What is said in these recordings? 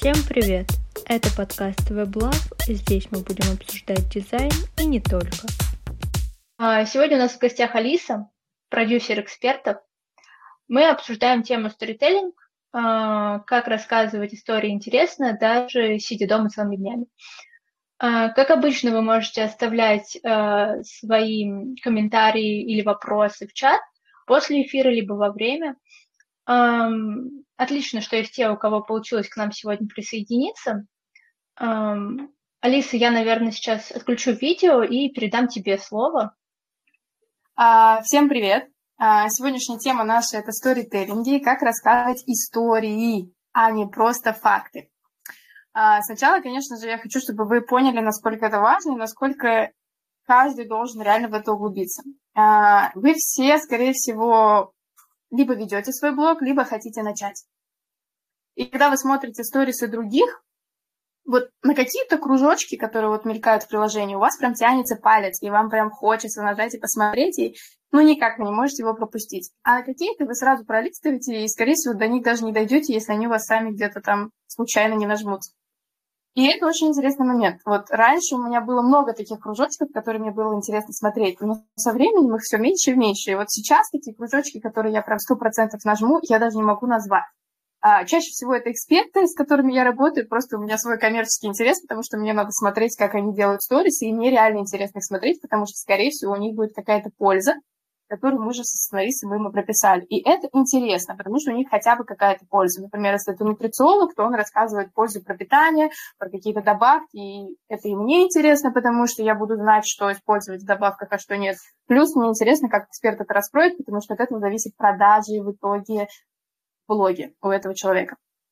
Всем привет! Это подкаст WebLab, и здесь мы будем обсуждать дизайн и не только. Сегодня у нас в гостях Алиса, продюсер экспертов. Мы обсуждаем тему сторителлинг, как рассказывать истории интересно, даже сидя дома целыми днями. Как обычно, вы можете оставлять свои комментарии или вопросы в чат после эфира, либо во время. Отлично, что есть те, у кого получилось к нам сегодня присоединиться. Алиса, я, наверное, сейчас отключу видео и передам тебе слово. Всем привет! Сегодняшняя тема наша – это сторителлинги, как рассказывать истории, а не просто факты. Сначала, конечно же, я хочу, чтобы вы поняли, насколько это важно и насколько каждый должен реально в это углубиться. Вы все, скорее всего, либо ведете свой блог, либо хотите начать. И когда вы смотрите сторисы других, вот на какие-то кружочки, которые вот мелькают в приложении, у вас прям тянется палец, и вам прям хочется нажать и посмотреть, и никак вы не можете его пропустить. А на какие-то вы сразу пролистываете, и, скорее всего, до них даже не дойдете, если они у вас сами где-то там случайно не нажмутся. И это очень интересный момент. Вот раньше у меня было много таких кружочков, которые мне было интересно смотреть, но со временем их все меньше и меньше. И вот сейчас такие кружочки, которые я прям 100% нажму, я даже не могу назвать. Чаще всего это эксперты, с которыми я работаю, просто у меня свой коммерческий интерес, потому что мне надо смотреть, как они делают сторисы, и мне реально интересно их смотреть, потому что, скорее всего, у них будет какая-то польза, которую мы же со сценаристом им и прописали. И это интересно, потому что у них хотя бы какая-то польза. Например, если это нутрициолог, то он рассказывает пользу про питание, про какие-то добавки, и это и мне интересно, потому что я буду знать, что использовать в добавках, а что нет. Плюс мне интересно, как эксперт это раскроет, потому что от этого зависит продажи в итоге блоге у этого человека.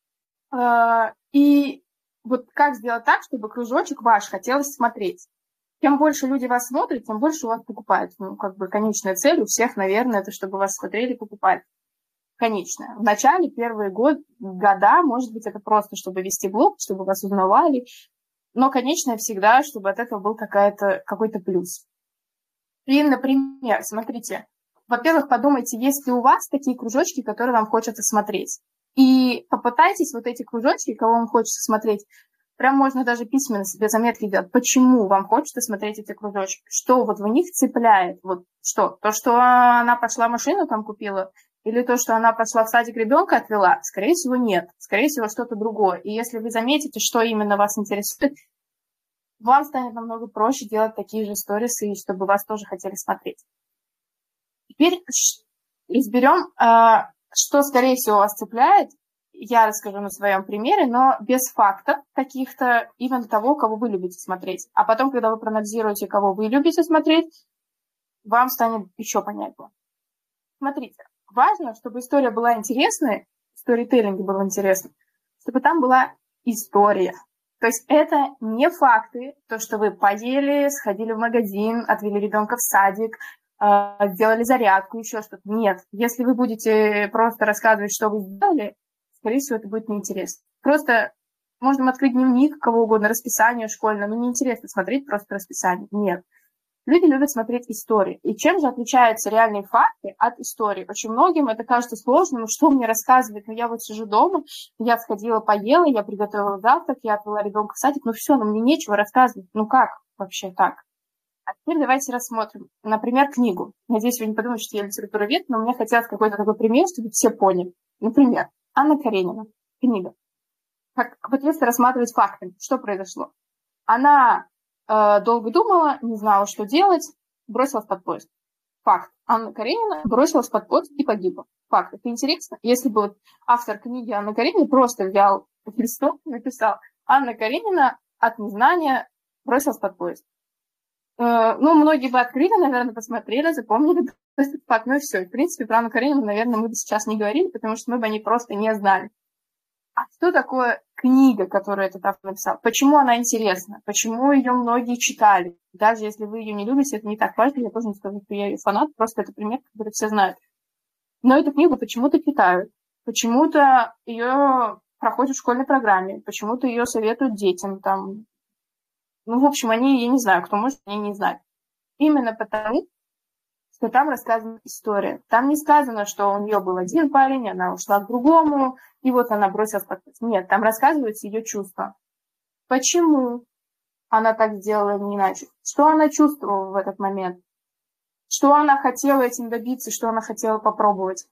И вот как сделать так, чтобы кружочек ваш хотелось смотреть? Чем больше люди вас смотрят, тем больше у вас покупают. Конечная цель у всех, наверное, это чтобы вас смотрели и покупали. Конечная. В начале, первые года, может быть, это просто, чтобы вести блог, чтобы вас узнавали. Но конечная всегда, чтобы от этого был какой-то плюс. И, например, смотрите, во-первых, подумайте, есть ли у вас такие кружочки, которые вам хочется смотреть. И попытайтесь вот эти кружочки, кого вам хочется смотреть, прям можно даже письменно себе заметки делать, почему вам хочется смотреть эти кружочки, что вот в них цепляет. Вот что? То, что она пошла машину там купила, или то, что она пошла в садик ребенка отвела? Скорее всего, нет. Скорее всего, что-то другое. И если вы заметите, что именно вас интересует, вам станет намного проще делать такие же сторисы, чтобы вас тоже хотели смотреть. Теперь разберем, что, скорее всего, вас цепляет. Я расскажу на своем примере, но без фактов каких-то, именно того, кого вы любите смотреть. А потом, когда вы проанализируете, кого вы любите смотреть, вам станет еще понятнее. Смотрите, важно, чтобы история была интересной, сторителлинг был интересным, чтобы там была история. То есть это не факты, то, что вы поели, сходили в магазин, отвели ребенка в садик, сделали зарядку, еще что-то. Нет. Если вы будете просто рассказывать, что вы сделали, скорее всего, это будет неинтересно. Просто можно открыть дневник, кого угодно, расписание школьное, но неинтересно смотреть просто расписание. Нет. Люди любят смотреть истории. И чем же отличаются реальные факты от истории? Очень многим это кажется сложным. Что мне рассказывать? Я вот сижу дома, я сходила, поела, я приготовила завтрак, я отвела ребенка в садик. Все, но мне нечего рассказывать. Как вообще так? А теперь давайте рассмотрим, например, книгу. Надеюсь, вы не подумаете, что я литературовед, но мне хотелось какой-то такой пример, чтобы все поняли. Например, Анна Каренина, книга. Вот если рассматривать факты, что произошло? Она долго думала, не знала, что делать, бросилась под поезд. Факт. Анна Каренина бросилась под поезд и погибла. Факт. Это интересно. Если бы вот автор книги Анна Каренина просто взял листок и написал «Анна Каренина от незнания бросилась под поезд». Многие бы открыли, наверное, посмотрели, запомнили этот факт, и все. И, в принципе, про Анну Каренину, наверное, мы бы сейчас не говорили, потому что мы бы о ней просто не знали. А что такое книга, которую этот автор написал? Почему она интересна? Почему ее многие читали? Даже если вы ее не любите, это не так важно. Я тоже не скажу, что я ее фанат, просто это пример, который все знают. Но эту книгу почему-то читают, почему-то ее проходят в школьной программе, почему-то ее советуют детям, там. В общем, они, я не знаю, кто может, они не знают. Именно потому, что там рассказана история. Там не сказано, что у нее был один парень, она ушла к другому, и вот она бросилась подкаст. Нет, там рассказываются ее чувства. Почему она так сделала, не иначе? Что она чувствовала в этот момент? Что она хотела этим добиться, что она хотела попробовать?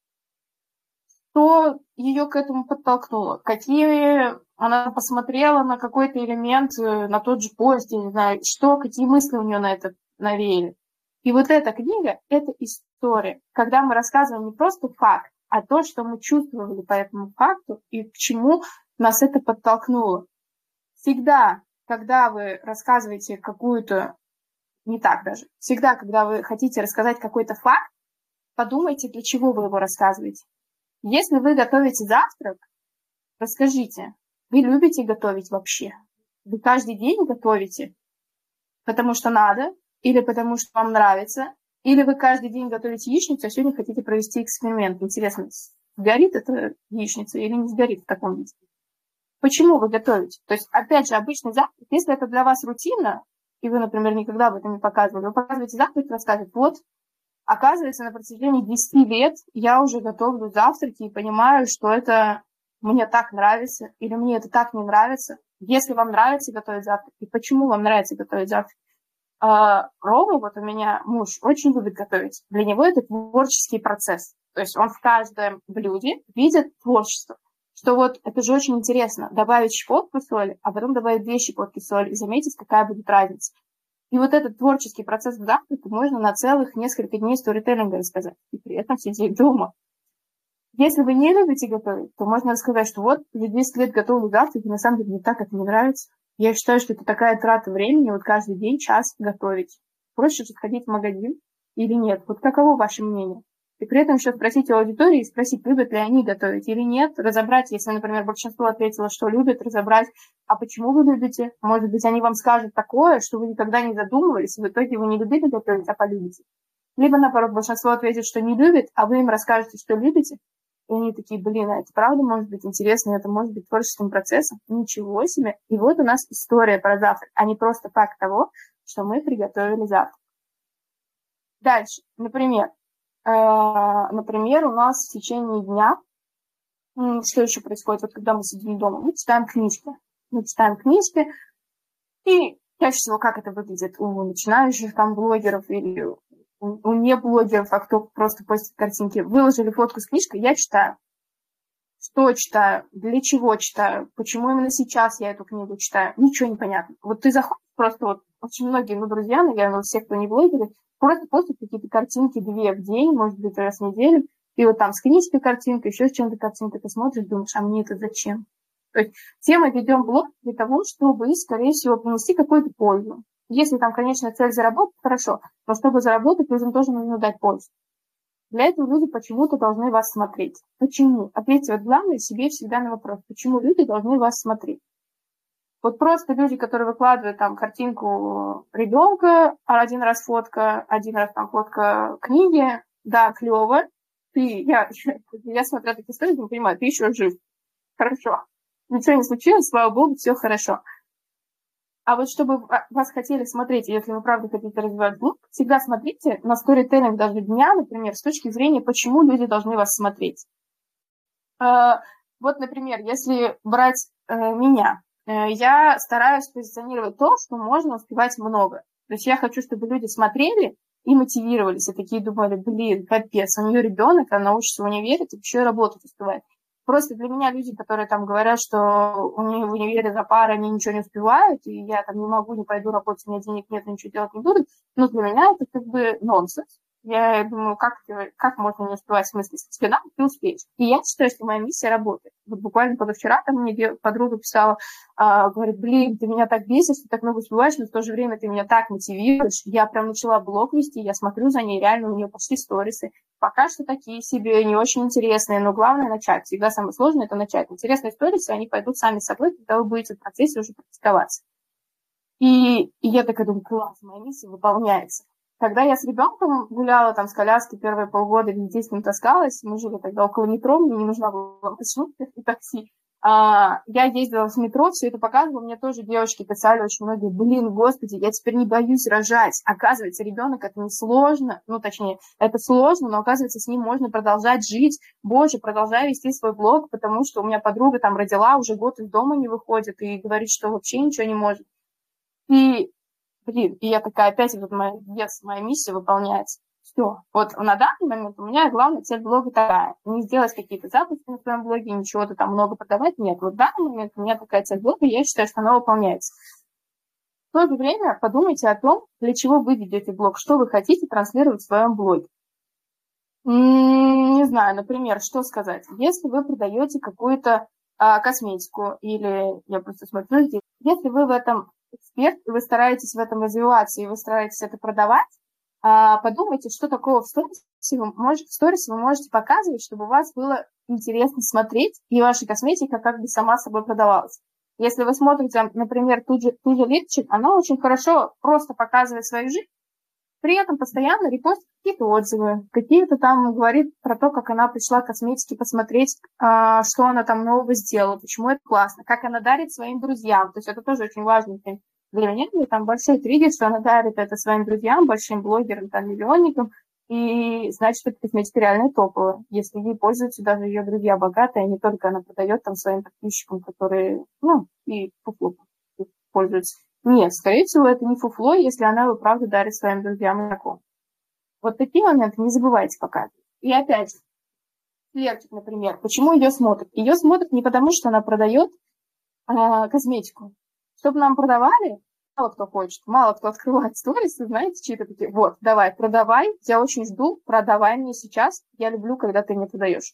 Что ее к этому подтолкнуло? Какие она посмотрела на какой-то элемент, на тот же поезд, я не знаю, какие мысли у нее на это навеяли. И вот эта книга – это история, когда мы рассказываем не просто факт, а то, что мы чувствовали по этому факту и к чему нас это подтолкнуло. Всегда, когда вы рассказываете какую-то, не так даже, всегда, когда вы хотите рассказать какой-то факт, подумайте, для чего вы его рассказываете. Если вы готовите завтрак, расскажите, вы любите готовить вообще? Вы каждый день готовите, потому что надо, или потому что вам нравится, или вы каждый день готовите яичницу, а сегодня хотите провести эксперимент. Интересно, сгорит эта яичница или не сгорит в таком виде? Почему вы готовите? То есть, опять же, обычный завтрак, если это для вас рутина, и вы, например, никогда об этом не показывали, вы показываете завтрак и рассказываете, вот, оказывается, на протяжении 10 лет я уже готовлю завтраки и понимаю, что это мне так нравится, или мне это так не нравится. Если вам нравится готовить завтрак, и почему вам нравится готовить завтрак? Рома, вот у меня муж, очень любит готовить. Для него это творческий процесс. То есть он в каждом блюде видит творчество. Что вот это же очень интересно. Добавить щепотку соли, а потом добавить 2 щепотки соли и заметить, какая будет разница. И вот этот творческий процесс в завтраке можно на целых несколько дней сторителлинга рассказать. И при этом сидеть дома. Если вы не любите готовить, то можно рассказать, что вот я 10 лет готовлю завтрак, и на самом деле мне так это не нравится. Я считаю, что это такая трата времени, вот каждый день час готовить. Проще же сходить в магазин или нет? Вот каково ваше мнение? И при этом еще спросить у аудитории, спросить, любят ли они готовить или нет. Разобрать, если, например, большинство ответило, что любят, разобрать, а почему вы любите? Может быть, они вам скажут такое, что вы никогда не задумывались, и в итоге вы не любите готовить, а полюбите. Либо, наоборот, большинство ответит, что не любит, а вы им расскажете, что любите. И они такие, блин, а это правда может быть интересно, это может быть творческим процессом. Ничего себе. И вот у нас история про завтрак, а не просто факт того, что мы приготовили завтрак. Дальше, например, у нас в течение дня, что еще происходит, вот когда мы сидим дома, мы читаем книжки. И чаще всего как это выглядит у начинающих там блогеров или у не-блогеров, а кто просто постит картинки. Выложили фотку с книжкой, я читаю. Что читаю, для чего читаю, почему именно сейчас я эту книгу читаю, ничего не понятно. Вот ты заходишь, просто вот очень многие, друзья, наверное, все, кто не блогеры, просто постят какие-то картинки 2 в день, может быть, раз в неделю, и вот там с книжкой картинка, еще с чем-то картинка, ты смотришь, думаешь, а мне это зачем? То есть все мы ведем блог для того, чтобы, скорее всего, принести какую-то пользу. Если там, конечно, цель заработать, хорошо, но чтобы заработать, людям тоже нужно дать пользу. Для этого люди почему-то должны вас смотреть. Почему? Ответьте вот главное себе всегда на вопрос, почему люди должны вас смотреть. Вот просто люди, которые выкладывают там картинку ребенка, один раз фотка, один раз там фотка книги, да, клево. Я смотрю такие истории, не понимаю, ты еще жив. Хорошо. Ничего не случилось, слава богу, все хорошо. А вот чтобы вас хотели смотреть, если вы правда хотите развивать блог, всегда смотрите на сторителлинг даже дня, например, с точки зрения, почему люди должны вас смотреть. Вот, например, если брать меня, я стараюсь позиционировать то, что можно успевать много. То есть я хочу, чтобы люди смотрели и мотивировались, и такие думали, блин, капец, у нее ребенок, она учится в универе, так еще и работать успевает. Просто для меня люди, которые там говорят, что у них в универе за парой они ничего не успевают, и я там не могу, не пойду работать, у меня денег нет, ничего делать не буду, но для меня это как бы нонсенс. Я думаю, как можно не успевать, в смысле, если тебе надо, ты успеешь. И я считаю, что моя миссия работает. Вот буквально позавчера там мне подруга писала, говорит, блин, ты меня так бесишь, ты так много успеваешь, но в то же время ты меня так мотивируешь. Я прям начала блог вести, я смотрю за ней, реально у нее пошли сторисы. Пока что такие себе, не очень интересные, но главное начать. Всегда самое сложное – это начать. Интересные сторисы, они пойдут сами собой, когда вы будете в процессе уже практиковаться. И я такая думаю, класс, моя миссия выполняется. Когда я с ребенком гуляла там с коляской первые полгода, везде с ним таскалась, мы жили тогда около метро, мне не нужна была маршрутка и такси. Я ездила в метро, все это показывала, мне тоже девушки писали очень многие, господи, я теперь не боюсь рожать. Оказывается, ребенок это не сложно, точнее, это сложно, но оказывается, с ним можно продолжать жить. Боже, продолжаю вести свой блог, потому что у меня подруга там родила, уже год из дома не выходит и говорит, что вообще ничего не может. И я такая, опять вот моя миссия выполняется. Все. Вот на данный момент у меня главная цель блога такая. Не сделать какие-то запуски на своем блоге, ничего-то там много продавать. Нет. Вот в данный момент у меня такая цель блога, и я считаю, что она выполняется. В то же время подумайте о том, для чего вы ведете блог, что вы хотите транслировать в своем блоге. Не знаю, например, что сказать. Если вы продаете какую-то косметику, или я просто смотрю здесь, если вы в этом эксперт, и вы стараетесь в этом развиваться, и вы стараетесь это продавать, подумайте, что такого в сторисе вы можете показывать, чтобы у вас было интересно смотреть, и ваша косметика как бы сама собой продавалась. Если вы смотрите, например, ту же Липчик, она очень хорошо просто показывает свою жизнь, при этом постоянно репостит какие-то отзывы, какие-то там говорит про то, как она пришла к косметике посмотреть, что она там нового сделала, почему это классно, как она дарит своим друзьям. То есть это тоже очень важно для меня. Там большой триггер, что она дарит это своим друзьям, большим блогерам, там, миллионникам, и значит, что эта косметика реально топовая, если ей пользуются даже ее друзья богатые, а не только она продает там своим подписчикам, которые, и фуфло пользуются. Нет, скорее всего, это не фуфло, если она его правда дарит своим друзьям и знакомым. Вот такие моменты не забывайте показывать. И опять же, Лерчик, например, почему ее смотрят? Ее смотрят не потому, что она продает косметику. Чтобы нам продавали, мало кто хочет, мало кто открывает сторисы, знаете, чьи-то такие, вот, давай, продавай, я очень жду, продавай мне сейчас, я люблю, когда ты мне продаешь.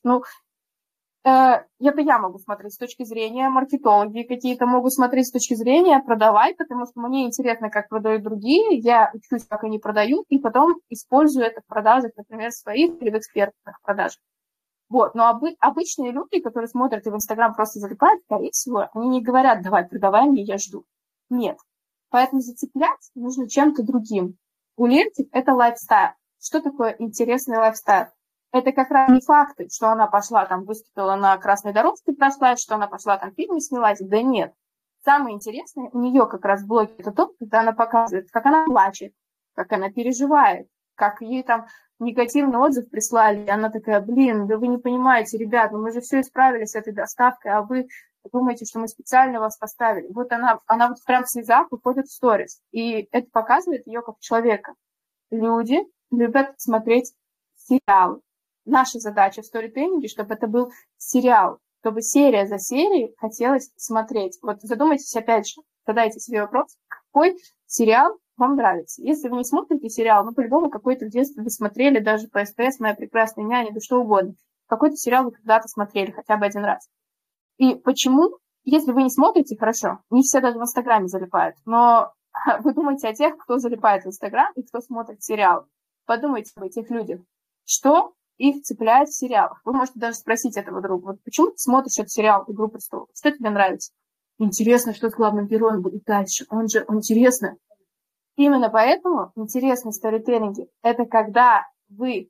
Это я могу смотреть с точки зрения маркетологи, какие-то могут смотреть с точки зрения продавай, потому что мне интересно, как продают другие, я учусь, как они продают, и потом использую это в продажах, например, своих или в экспертных продажах. Вот, но обычные люди, которые смотрят и в Инстаграм просто залипают, скорее всего, они не говорят, давай, продавай мне, я жду. Нет. Поэтому зацеплять нужно чем-то другим. У Лертик это лайфстайл. Что такое интересный лайфстайл? Это как раз не факты, что она пошла там, выступила на красной дорожке, прошла, что она пошла там фильмы снялась. Да нет. Самое интересное у нее как раз в блоге это то, когда она показывает, как она плачет, как она переживает, как ей там негативный отзыв прислали. И она такая, да вы не понимаете, ребят, мы же все исправили с этой доставкой, а вы думаете, что мы специально вас поставили. Вот она вот прям в слезах выходит в сторис. И это показывает ее как человека. Люди любят смотреть сериалы. Наша задача в сторителлинге, чтобы это был сериал, чтобы серия за серией хотелось смотреть. Вот задумайтесь опять же, задайте себе вопрос, какой сериал вам нравится. Если вы не смотрите сериал, по-любому какой-то в детстве вы смотрели, даже по СТС, «Моя прекрасная няня», да что угодно. Какой-то сериал вы когда-то смотрели, хотя бы один раз. И почему, если вы не смотрите, хорошо, не все даже в Инстаграме залипают, но вы думаете о тех, кто залипает в Инстаграм и кто смотрит сериал. Подумайте об этих людях. Что их цепляет в сериалах? Вы можете даже спросить этого друга, вот почему ты смотришь этот сериал «Игру престолов»? Что тебе нравится? Интересно, что с главным героем будет дальше. Он интересно. Именно поэтому интересные сторителлинги – это когда вы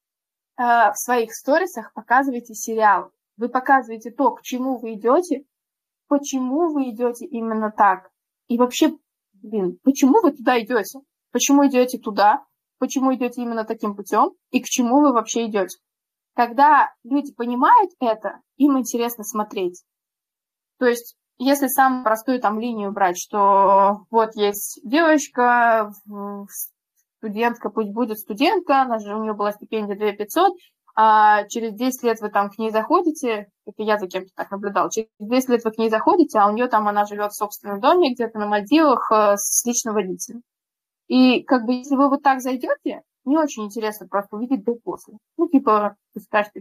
в своих сторисах показываете сериал. Вы показываете то, к чему вы идете, почему вы идете именно так. И вообще, почему вы туда идете? Почему идете туда? Почему идете именно таким путем? И к чему вы вообще идете? Когда люди понимают это, им интересно смотреть. То есть, если самую простую там линию брать, что вот есть девочка, студентка, пусть будет студентка, у нее была стипендия 2500, а через 10 лет вы там к ней заходите, это я за кем-то так наблюдал, через 10 лет вы к ней заходите, а у нее там она живет в собственном доме где-то на Мальдивах с личным водителем. И как бы если вы вот так зайдете, не очень интересно просто увидеть до и после. Вы скажете,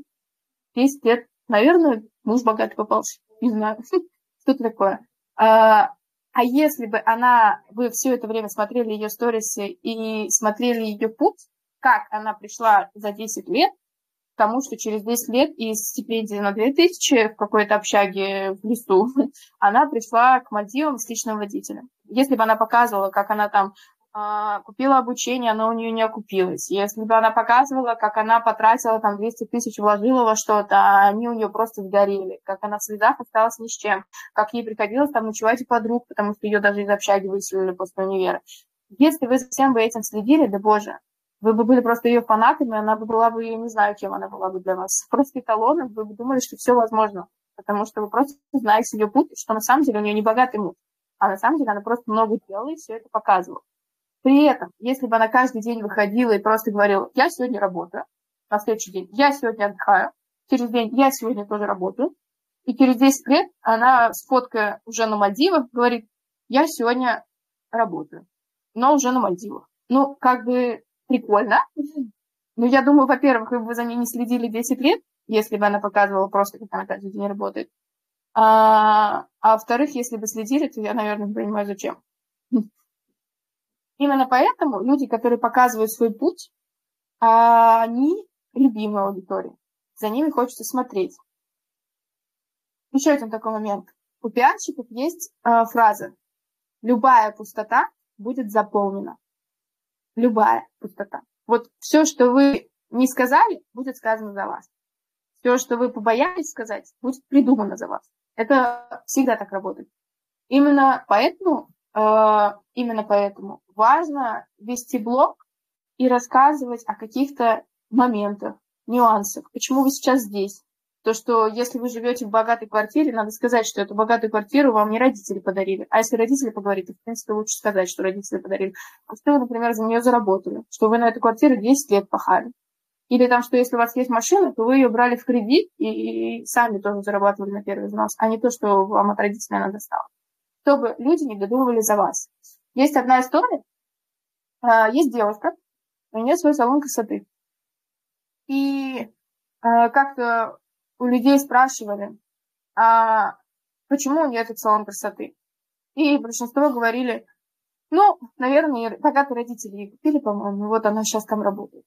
10 лет, наверное, муж богатый попался, не знаю, что-то такое. А если бы вы все это время смотрели ее сторисы и смотрели ее путь, как она пришла за 10 лет к тому, что через 10 лет из стипендии на 2000 в какой-то общаге в лесу она пришла к Мальдивам с личным водителем. Если бы она показывала, как она там купила обучение, оно у нее не окупилось. Если бы она показывала, как она потратила там 200 тысяч, вложила во что-то, а они у нее просто сгорели, как она в слезах осталась ни с чем, как ей приходилось там ночевать у подруг, потому что ее даже из общаги выселили после универа. Если вы совсем бы этим следили, да боже, вы бы были просто ее фанатами, она бы была бы, я не знаю, кем она была бы для вас. Просто эталоном, вы бы думали, что все возможно, потому что вы просто знаете ее путь, что на самом деле у нее не богатый муж, а на самом деле она просто много делала и все это показывала. При этом, если бы она каждый день выходила и просто говорила, я сегодня работаю, на следующий день я сегодня отдыхаю, через день я сегодня тоже работаю, и через 10 лет она с фоткой уже на Мальдивах говорит, я сегодня работаю, но уже на Мальдивах. Ну, как бы прикольно. Но я думаю, во-первых, вы бы за ней не следили 10 лет, если бы она показывала просто, как она каждый день работает. А во-вторых, если бы следили, то я, наверное, не понимаю, зачем. Именно поэтому люди, которые показывают свой путь, они любимая аудитория. За ними хочется смотреть. Еще один такой момент. У пиарщиков есть фраза «любая пустота будет заполнена». Любая пустота. Вот все, что вы не сказали, будет сказано за вас. Все, что вы побоялись сказать, будет придумано за вас. Это всегда так работает. Именно поэтому важно вести блог и рассказывать о каких-то моментах, нюансах. Почему вы сейчас здесь? То, что если вы живете в богатой квартире, надо сказать, что эту богатую квартиру вам не родители подарили. А если родители поговорят, то, в принципе, лучше сказать, что родители подарили. А что вы, например, за нее заработали? Что вы на эту квартиру 10 лет пахали. Или там, что если у вас есть машина, то вы ее брали в кредит и сами тоже зарабатывали на первый взнос, а не то, что вам от родителей она достала. Чтобы люди не додумывали за вас. Есть одна история. Есть девушка, у нее свой салон красоты. И как-то у людей спрашивали, почему у нее этот салон красоты. И большинство говорили, ну, наверное, богатые родители ей купили, по-моему, вот она сейчас там работает.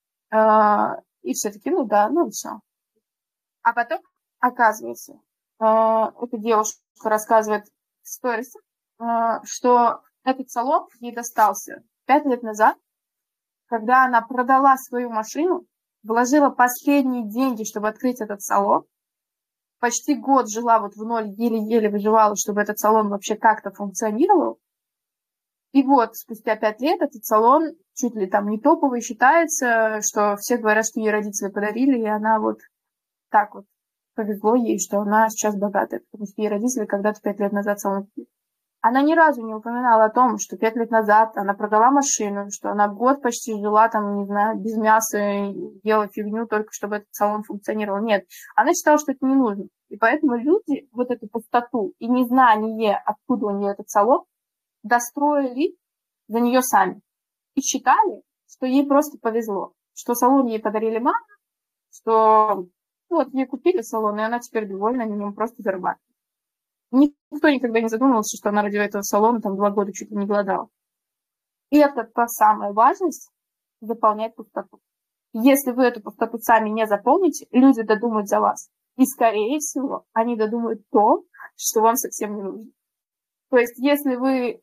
И все таки, ну да, ну и все. А потом, оказывается, эта девушка рассказывает в сторис, что этот салон ей достался 5 лет назад, когда она продала свою машину, вложила последние деньги, чтобы открыть этот салон, почти год жила вот в ноль, еле-еле выживала, чтобы этот салон вообще как-то функционировал. И вот спустя 5 лет этот салон чуть ли там не топовый считается, что все говорят, что ей родители подарили, и она вот так вот повезло ей, что она сейчас богатая, потому что ей родители когда-то 5 лет назад салон купили. Она ни разу не упоминала о том, что 5 лет назад она продала машину, что она год почти жила там, не знаю, без мяса, ела фигню, только чтобы этот салон функционировал. Нет, она считала, что это не нужно. И поэтому люди вот эту пустоту и незнание, откуда у нее этот салон, достроили за нее сами. И считали, что ей просто повезло, что салон ей подарили мама, что вот ей купили салон, и она теперь довольна, на нем просто зарабатывает. Никто никогда не задумывался, что она ради этого салона там 2 года чуть ли не голодала. И это та самая важность заполнять пустоту. Если вы эту пустоту сами не заполните, люди додумают за вас. И, скорее всего, они додумают то, что вам совсем не нужно. То есть, если вы,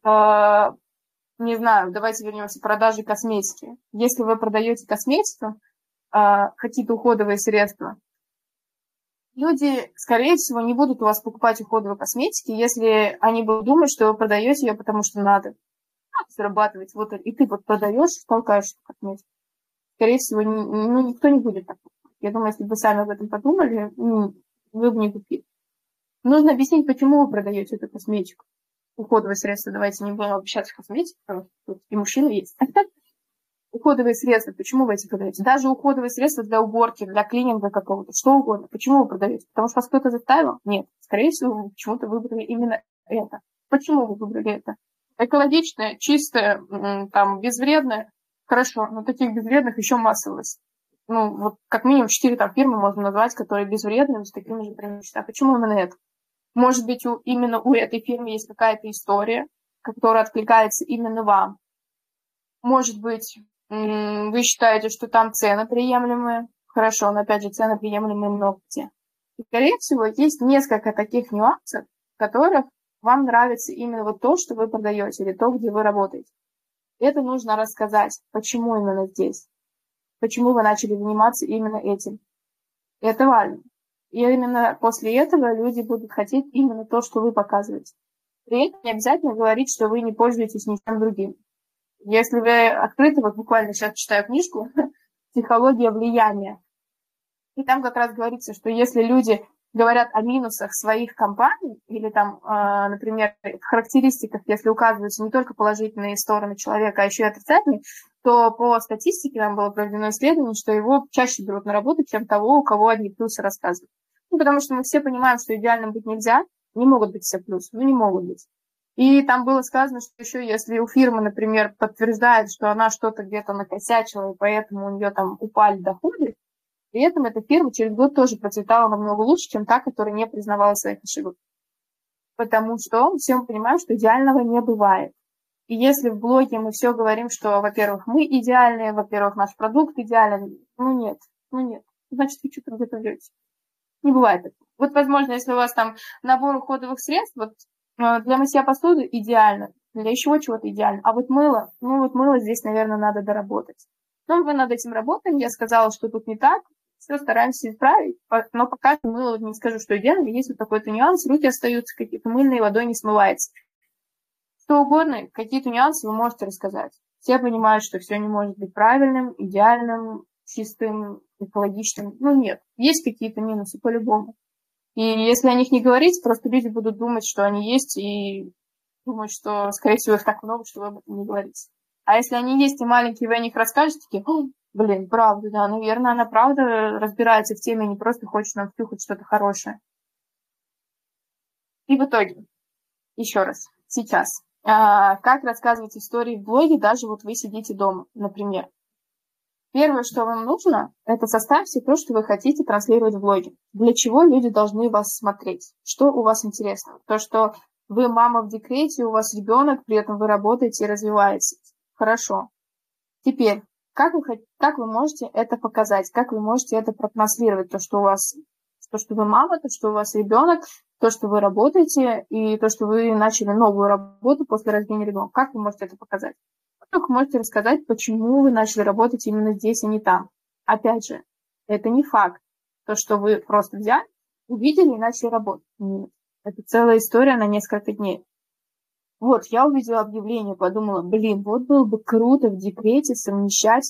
не знаю, давайте вернемся к продаже косметики. Если вы продаете косметику, какие-то уходовые средства, люди, скорее всего, не будут у вас покупать уходовые косметики, если они будут думать, что вы продаете ее, потому что надо зарабатывать. Вот, и ты вот продаешь, толкаешь косметику. Скорее всего, никто не будет так. Я думаю, если бы вы сами об этом подумали, вы бы не купили. Нужно объяснить, почему вы продаете эту косметику. Уходовые средства, давайте не будем обещать косметику, потому что тут и мужчины есть. Уходовые средства, почему вы эти продаете? Даже уходовые средства для уборки, для клининга какого-то, что угодно. Почему вы продаете? Потому что вас кто-то заставил? Нет. Скорее всего, вы почему-то выбрали именно это. Почему вы выбрали это? Экологичное, чистое, там, безвредное. Хорошо, но таких безвредных еще массовость. Ну, вот как минимум 4 там фирмы можно назвать, которые безвредные, с такими же преимуществами. А почему именно это? Может быть, именно у этой фирмы есть какая-то история, которая откликается именно вам. Может быть, вы считаете, что там цены приемлемые. Хорошо, но опять же, цены приемлемые много где. И, скорее всего, есть несколько таких нюансов, в которых вам нравится именно вот то, что вы продаете, или то, где вы работаете. Это нужно рассказать, почему именно здесь, почему вы начали заниматься именно этим. И это важно. И именно после этого люди будут хотеть именно то, что вы показываете. При этом не обязательно говорить, что вы не пользуетесь ничем другим. Если вы открыты, вот буквально сейчас читаю книжку «Психология влияния», и там как раз говорится, что если люди говорят о минусах своих компаний или там, например, в характеристиках, если указываются не только положительные стороны человека, а еще и отрицательные, то по статистике нам было проведено исследование, что его чаще берут на работу, чем того, у кого одни плюсы рассказывают. Ну, потому что мы все понимаем, что идеальным быть нельзя, не могут быть все плюсы, ну, не могут быть. И там было сказано, что еще если у фирмы, например, подтверждает, что она что-то где-то накосячила, и поэтому у нее там упали доходы, при этом эта фирма через год тоже процветала намного лучше, чем та, которая не признавала своих ошибок. Потому что все мы понимаем, что идеального не бывает. И если в блоге мы все говорим, что, во-первых, мы идеальные, во-первых, наш продукт идеален, нет. Значит, вы что-то где-то врете. Не бывает этого. Вот, возможно, если у вас там набор уходовых средств, вот для мытья посуды идеально, для еще чего-то идеально. А вот мыло, мыло здесь, наверное, надо доработать. Но мы над этим работаем. Я сказала, что тут не так. Все стараемся исправить. Но пока мыло, не скажу, что идеально. Есть вот такой-то нюанс. Руки остаются какие-то мыльные, водой не смывается. Что угодно, какие-то нюансы вы можете рассказать. Все понимают, что все не может быть правильным, идеальным, чистым, экологичным. Нет. Есть какие-то минусы по-любому. И если о них не говорить, просто люди будут думать, что они есть, и думать, что, скорее всего, их так много, что вы об этом не говорите. А если они есть и маленькие, вы о них расскажете, такие, правда, да, наверное, она правда разбирается в теме, не просто хочет нам втюхать что-то хорошее. И в итоге, еще раз, сейчас, как рассказывать истории в блоге, даже вот вы сидите дома, например. Первое, что вам нужно, это составьте то, что вы хотите транслировать в блоге. Для чего люди должны вас смотреть? Что у вас интересно? То, что вы мама в декрете, у вас ребенок, при этом вы работаете и развиваетесь. Хорошо. Теперь, как вы можете это показать? Как вы можете это протранслировать? То, что вы мама, то, что у вас ребенок, то, что вы работаете, и то, что вы начали новую работу после рождения ребенка. Как вы можете это показать? Вы можете рассказать, почему вы начали работать именно здесь, а не там. Опять же, это не факт. То, что вы просто взяли, увидели и начали работать. Нет. Это целая история на несколько дней. Вот, я увидела объявление, подумала, вот было бы круто в декрете совмещать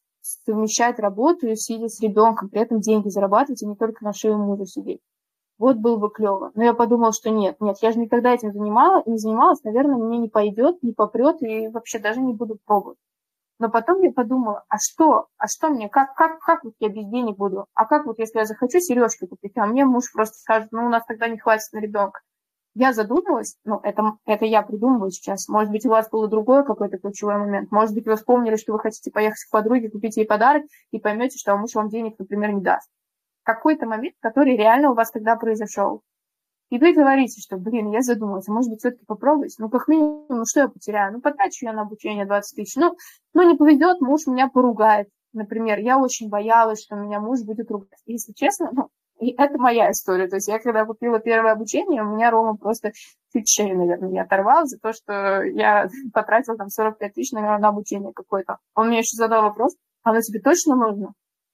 работу и сидя с ребенком, при этом деньги зарабатывать, и не только на шее мужа сидеть. Вот было бы клево. Но я подумала, что нет, я же никогда этим не занималась, наверное, мне не пойдет, не попрет, и вообще даже не буду пробовать. Но потом я подумала, а что мне, как вот я без денег буду? А как вот если я захочу сережки купить, а мне муж просто скажет, у нас тогда не хватит на ребенка. Я задумалась, это я придумываю сейчас. Может быть, у вас был другой какой-то ключевой момент. Может быть, вы вспомнили, что вы хотите поехать к подруге, купить ей подарок, и поймете, что муж вам денег, например, не даст. Какой-то момент, который реально у вас тогда произошел. И вы говорите, что, я задумалась, может быть, все-таки попробовать? Как минимум, что я потеряю? Потрачу я на обучение 20 тысяч. Не повезет, муж меня поругает. Например, я очень боялась, что меня муж будет ругать. Если честно, и это моя история. То есть я, когда купила первое обучение, у меня Рома просто чуть шею, наверное, не оторвал за то, что я потратила там 45 тысяч, наверное, на обучение какое-то. Он мне еще задал вопрос, оно тебе точно нужно?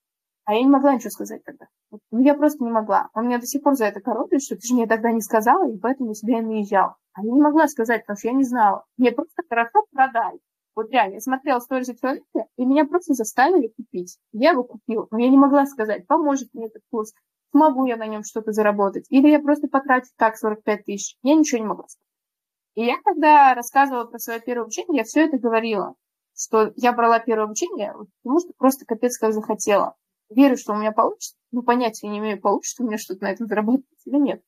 А я не могла ничего сказать тогда. Я просто не могла. Он меня до сих пор за это коробит, что ты же мне тогда не сказала, и поэтому я себя и наезжал. А я не могла сказать, потому что я не знала. Мне просто хорошо продай. Вот реально, я смотрела сторис человека, и меня просто заставили купить. Я его купила, но я не могла сказать, поможет мне этот курс, смогу я на нем что-то заработать, или я просто потрачу так 45 тысяч. Я ничего не могла сказать. И я, когда рассказывала про свое первое обучение, я все это говорила, что я брала первое обучение, потому что просто капец как захотела. Верю, что у меня получится, понятия не имею, получится у меня что-то на этом заработать или нет.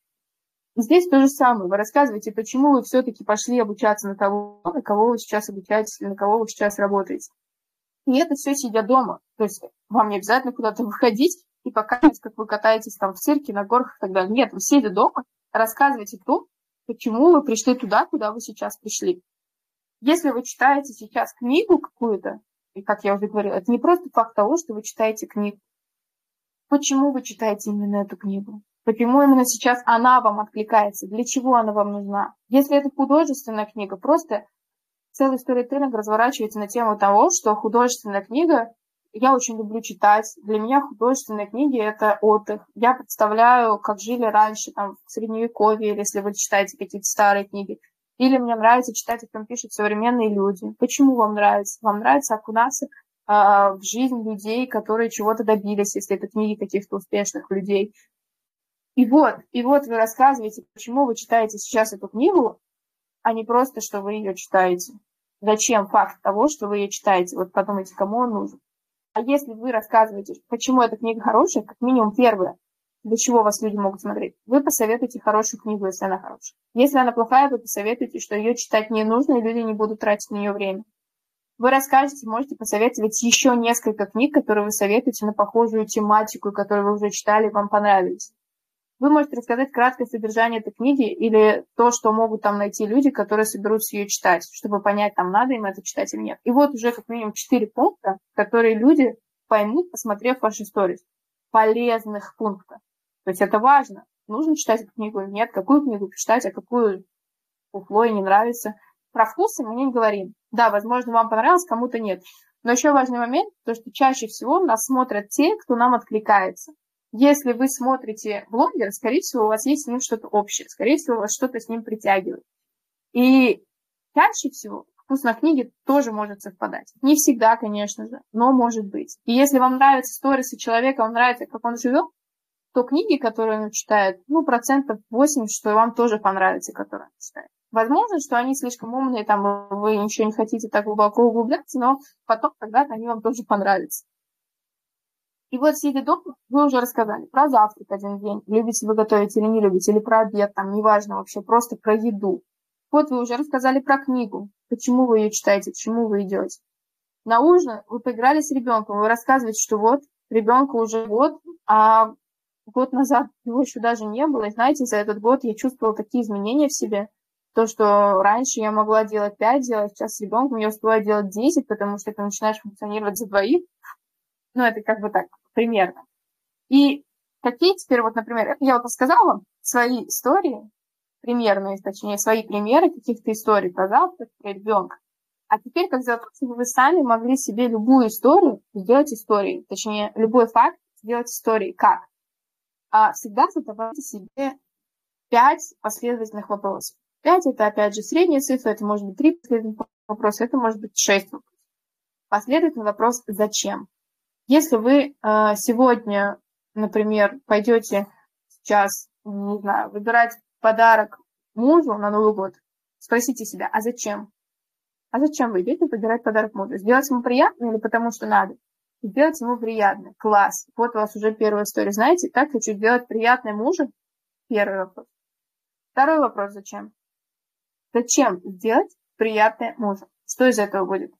И здесь то же самое. Вы рассказываете, почему вы все-таки пошли обучаться на того, на кого вы сейчас обучаетесь или на кого вы сейчас работаете. И это все сидя дома. То есть вам не обязательно куда-то выходить и показывать, как вы катаетесь там в цирке, на горках и так далее. Нет, вы сидя дома, рассказывайте то, почему вы пришли туда, куда вы сейчас пришли. Если вы читаете сейчас книгу какую-то, и как я уже говорила, это не просто факт того, что вы читаете книгу. Почему вы читаете именно эту книгу? Почему именно сейчас она вам откликается? Для чего она вам нужна? Если это художественная книга, просто целый сторителлинг разворачивается на тему того, что художественная книга, я очень люблю читать. Для меня художественные книги — это отдых. Я представляю, как жили раньше, там, в Средневековье, если вы читаете какие-то старые книги. Или мне нравится читать, как там пишут современные люди. Почему вам нравится? Вам нравится окунаться в жизнь людей, которые чего-то добились, если это книги каких-то успешных людей. И вот вы рассказываете, почему вы читаете сейчас эту книгу, а не просто, что вы ее читаете. Зачем факт того, что вы ее читаете? Вот подумайте, кому он нужен. А если вы рассказываете, почему эта книга хорошая, как минимум первое, для чего вас люди могут смотреть, вы посоветуете хорошую книгу, если она хорошая. Если она плохая, вы посоветуете, что ее читать не нужно, и люди не будут тратить на нее время. Вы расскажете, можете посоветовать еще несколько книг, которые вы советуете на похожую тематику, которую вы уже читали и вам понравились. Вы можете рассказать краткое содержание этой книги или то, что могут там найти люди, которые соберутся ее читать, чтобы понять, там надо им это читать или нет. И вот уже как минимум 4 пункта, которые люди поймут, посмотрев ваши сторис. Полезных пунктов. То есть это важно. Нужно читать эту книгу или нет, какую книгу читать, а какую фуфло и не нравится. Про вкусы мы не говорим. Да, возможно, вам понравилось, кому-то нет. Но еще важный момент, то, что чаще всего нас смотрят те, кто нам откликается. Если вы смотрите блогера, скорее всего, у вас есть с ним что-то общее. Скорее всего, вас что-то с ним притягивает. И чаще всего вкус на книге тоже может совпадать. Не всегда, конечно же, но может быть. И если вам нравятся сторисы человека, вам нравится, как он живет, то книги, которые он читает, 80%, что вам тоже понравятся, которые он читает. Возможно, что они слишком умные, там вы ничего не хотите так глубоко углубляться, но потом когда-то они вам тоже понравятся. И вот сидя дома, вы уже рассказали про завтрак один день, любите вы готовить или не любите, или про обед, там, неважно вообще, просто про еду. Вот вы уже рассказали про книгу, почему вы ее читаете, к чему вы идете. На ужин вы поиграли с ребенком, вы рассказываете, что вот ребенку уже год, а год назад его еще даже не было. И знаете, за этот год я чувствовала такие изменения в себе. То, что раньше я могла делать 5 дел, а сейчас с ребенком я успеваю делать 10, потому что ты начинаешь функционировать за двоих. Это как бы так, примерно. И какие теперь, вот, например, я вот рассказала свои истории, примерные, точнее, свои примеры каких-то историй про завтрак, про ребенка. А теперь, как сделать, чтобы вы сами могли себе любую историю сделать историей, точнее, любой факт сделать историей. Как? Всегда задавайте себе 5 последовательных вопросов. 5 – это, опять же, средняя цифра, это может быть 3 последовательных вопроса, это может быть 6 вопросов. Последовательный вопрос «Зачем?». Если вы сегодня, например, пойдете сейчас, не знаю, выбирать подарок мужу на Новый год, спросите себя, а зачем? А зачем вы идете выбирать подарок мужу? Сделать ему приятно или потому что надо? Сделать ему приятно. Класс. Вот у вас уже первая история. Знаете, так хочу сделать приятное мужу. Первый вопрос. Второй вопрос. Зачем? Зачем сделать приятное мужу? Что из этого будет?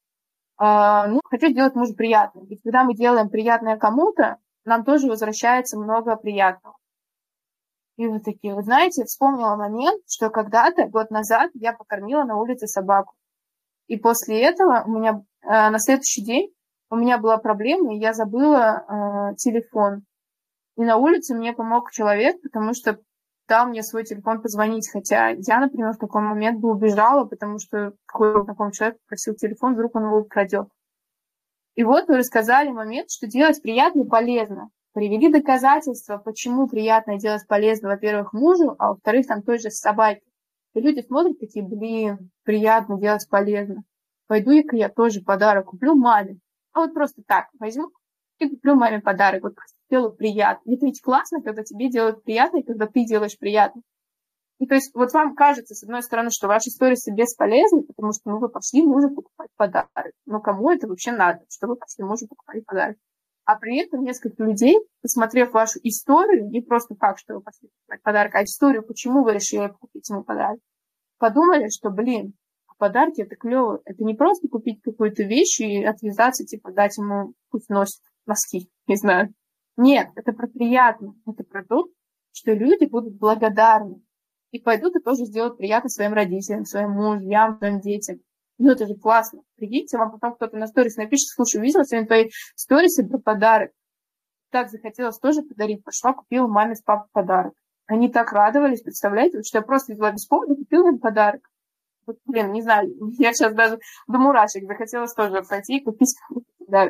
Хочу сделать мужу приятно. Ведь когда мы делаем приятное кому-то, нам тоже возвращается много приятного. И вы такие, вы знаете, вспомнила момент, что когда-то, год назад, я покормила на улице собаку. И после этого у меня на следующий день у меня была проблема, и я забыла телефон. И на улице мне помог человек, потому что дал мне свой телефон позвонить. Хотя я, например, в такой момент бы убежала, потому что какой-то такой человек просил телефон, вдруг он его украдет. И вот вы рассказали момент, что делать приятно и полезно. Привели доказательства, почему приятно делать полезно, во-первых, мужу, а во-вторых, там той же собаке. И люди смотрят такие, приятно делать полезно. Пойду-ка я тоже подарок куплю маме. А вот просто так возьму и куплю маме подарок. Вот просто делаю приятно. Это ведь классно, когда тебе делают приятно, и когда ты делаешь приятно. И то есть вот вам кажется, с одной стороны, что ваши сторисы бесполезны, потому что вы пошли мужу покупать подарок. Но кому это вообще надо, что вы пошли мужу покупать подарок? А при этом несколько людей, посмотрев вашу историю, не просто факт, что вы пошли покупать подарок, а историю, почему вы решили купить ему подарок, подумали, что, подарки это клево. Это не просто купить какую-то вещь и отвязаться, дать ему, пусть носит носки, не знаю. Нет, это про приятно. Это про то, что люди будут благодарны. И пойдут и тоже сделают приятно своим родителям, своим мужьям, своим детям. Это же классно. Придите, вам потом кто-то на сторис напишет, слушай, увидела сегодня твои сторисы про подарок. Так захотелось тоже подарить. Пошла, купила маме с папой подарок. Они так радовались, представляете, что я просто взяла без повода, купила им подарок. Вот, блин, не знаю, я сейчас даже до мурашек захотелось тоже пойти и купить. Да.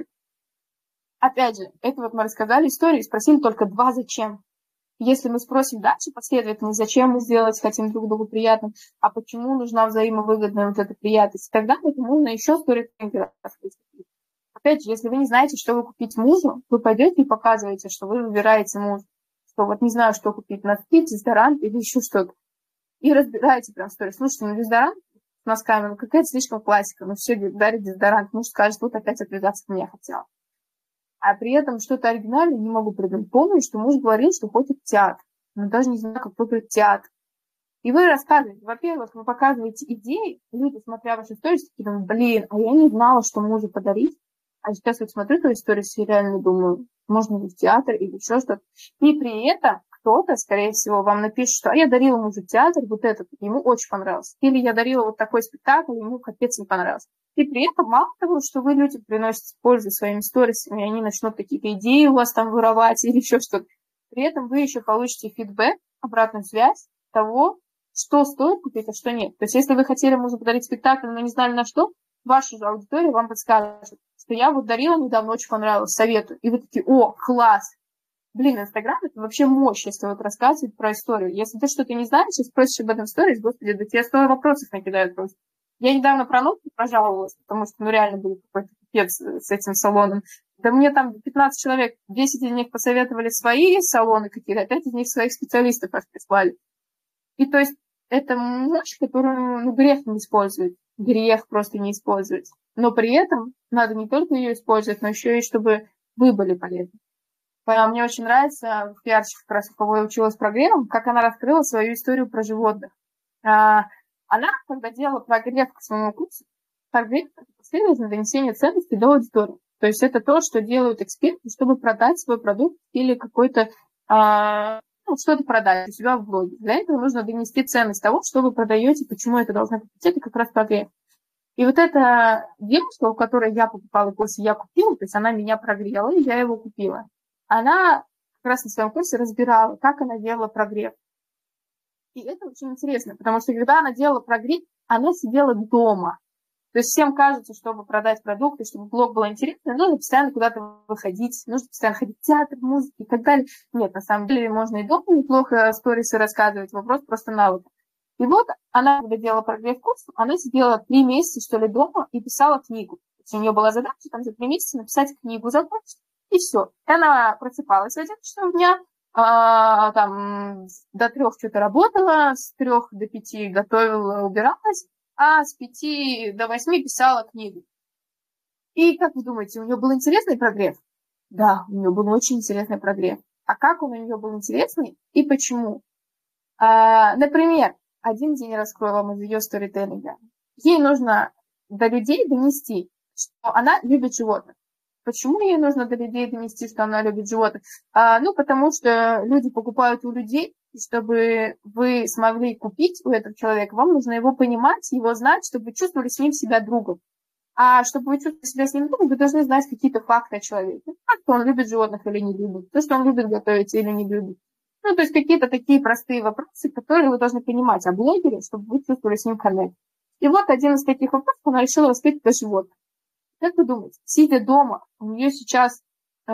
Опять же, это вот мы рассказали историю и спросили только 2 «зачем?». Если мы спросим дальше последовательно, зачем мы сделать хотим друг другу приятным, а почему нужна взаимовыгодная вот эта приятность, тогда это нужно еще сторителлинг рассказать. Опять же, если вы не знаете, что вы купить мужу, вы пойдете и показываете, что вы выбираете мужа. Что вот не знаю, что купить, носки, дезодорант или еще что-то. И разбираете прям историю. Слушайте, ну дезодорант с носками, ну какая-то слишком классика. Ну все дарит дезодорант. Муж скажет, вот опять отвязаться мне хотела. А при этом что-то оригинальное не могу придумать. Помню, что муж говорил, что хочет в театр. Но даже не знаю, как выбрать театр. И вы рассказываете. Во-первых, вы показываете идеи. Люди, смотря ваши истории, такие думают, блин, а я не знала, что мужу подарить. А сейчас вот смотрю эту историю и реально думаю, можно ли в театр или еще что-то. И при этом кто-то, скорее всего, вам напишет, что я дарила мужу театр, вот этот, ему очень понравился. Или я дарила вот такой спектакль, ему капец не понравился. И при этом мало того, что вы людям приносите пользу своими сторисами, и они начнут какие-то идеи у вас там воровать или еще что-то. При этом вы еще получите фидбэк, обратную связь того, что стоит купить, а что нет. То есть если вы хотели мужу подарить спектакль, но не знали на что, ваша же аудитория вам подскажет, что я вот дарила недавно, очень понравилось, советую. И вы такие, о, класс! Блин, Инстаграм — это вообще мощь, если вот рассказывать про историю. Если ты что-то не знаешь и спросишь об этом в сторис, господи, да тебе 100 вопросов накидают просто. Я недавно про ногти пожаловалась, потому что, ну, реально был какой-то пипец с этим салоном. Да мне там 15 человек, 10 из них посоветовали свои салоны какие-то, а 5 из них своих специалистов аж прислали. И то есть это мощь, которую, ну, грех не использовать. Грех просто не использовать. Но при этом надо не только ее использовать, но еще и чтобы вы были полезны. Мне очень нравится в пиарщик, как раз у кого я училась прогревом, как она раскрыла свою историю про животных. Она, когда делала прогрев к своему курсу, прогрев — это последовательное донесение ценностей до аудитории. То есть это то, что делают эксперты, чтобы продать свой продукт или какой-то что-то продать у себя в блоге. Для этого нужно донести ценность того, что вы продаете, почему это должно быть. Это как раз прогрев. И вот эта девушка, у которой я покупала курс, я купила, то есть она меня прогрела, и я его купила. Она как раз на своем курсе разбирала, как она делала прогрев. И это очень интересно, потому что когда она делала прогрев, она сидела дома. То есть всем кажется, чтобы продать продукты, чтобы блог был интересный, нужно постоянно куда-то выходить, нужно постоянно ходить в театр, музыку и так далее. Нет, на самом деле можно и дома неплохо сторисы рассказывать, вопрос просто навыка. И вот она, когда делала прогрев курс, она сидела 3 месяца, что ли, дома и писала книгу. То есть у нее была задача там за 3 месяца написать книгу, закончить, и все. И она просыпалась в 11 часов дня, там до 3 что-то работала, с 3 до 5 готовила, убиралась, а с 5 до 8 писала книгу. И как вы думаете, у нее был интересный прогрев? Да, у нее был очень интересный прогрев. А как он у нее был интересный и почему? Например, один день раскрою вам из ее сторителлинга. Ей нужно до людей донести, что она любит животных. Почему ей нужно до людей донести, что она любит животных? Потому что люди покупают у людей, и чтобы вы смогли купить у этого человека, вам нужно его понимать, его знать, чтобы вы чувствовали с ним себя другом. А чтобы вы чувствовали себя с ним другом, вы должны знать какие-то факты о человеке. Как он любит животных или не любит, то, что он любит готовить или не любит. То есть какие-то такие простые вопросы, которые вы должны понимать о блогере, чтобы вы чувствовали с ним коннект. И вот один из таких вопросов она решила раскрыть про животных. Как вы думаете, сидя дома, у нее сейчас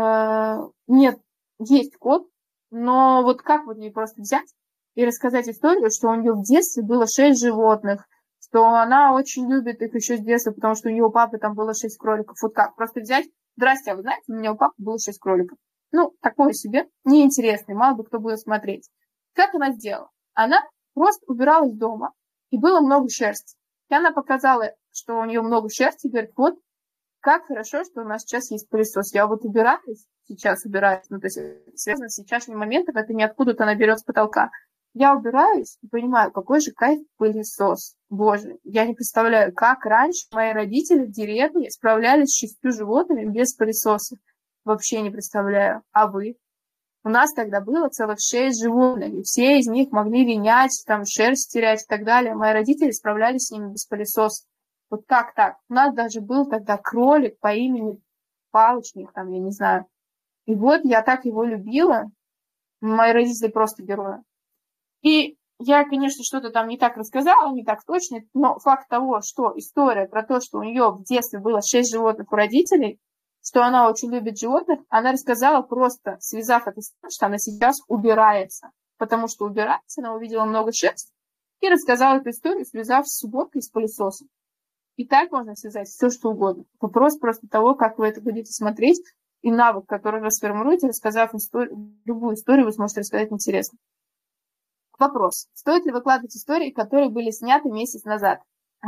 есть кот, но вот как вот ей просто взять и рассказать историю, что у нее в детстве было 6 животных, что она очень любит их еще с детства, потому что у нее у папы там было 6 кроликов. Вот как? Просто взять, здрасте, а вы знаете, у меня у папы было 6 кроликов. Такое себе, неинтересный, мало бы кто будет смотреть. Как она сделала? Она просто убиралась дома, и было много шерсти. И она показала, что у нее много шерсти, и говорит, вот, как хорошо, что у нас сейчас есть пылесос. Я вот сейчас убираюсь, то есть связано с сейчасшним моментом, это не откуда-то она берет с потолка. Я убираюсь и понимаю, какой же кайф пылесос. Боже, я не представляю, как раньше мои родители в деревне справлялись с 6 животными без пылесоса. Вообще не представляю. А вы? У нас тогда было целых 6 животных, и все из них могли линять, там, шерсть терять и так далее. Мои родители справлялись с ними без пылесоса. Вот как так? У нас даже был тогда кролик по имени Палочник, там, я не знаю. И вот я так его любила. Мои родители просто герои. И Я, конечно, что-то там не так рассказала, не так точно, но факт того, что история про то, что у нее в детстве было 6 животных у родителей, что она очень любит животных, она рассказала просто, связав это с тем, что она сейчас убирается. Потому что убирается, она увидела много шерсти и рассказала эту историю, связав с уборкой и с пылесосом. И так можно связать все, что угодно. Вопрос просто того, как вы это будете смотреть, и навык, который вы сформируете, рассказав любую историю, вы сможете рассказать интересно. Вопрос. Стоит ли выкладывать истории, которые были сняты месяц назад?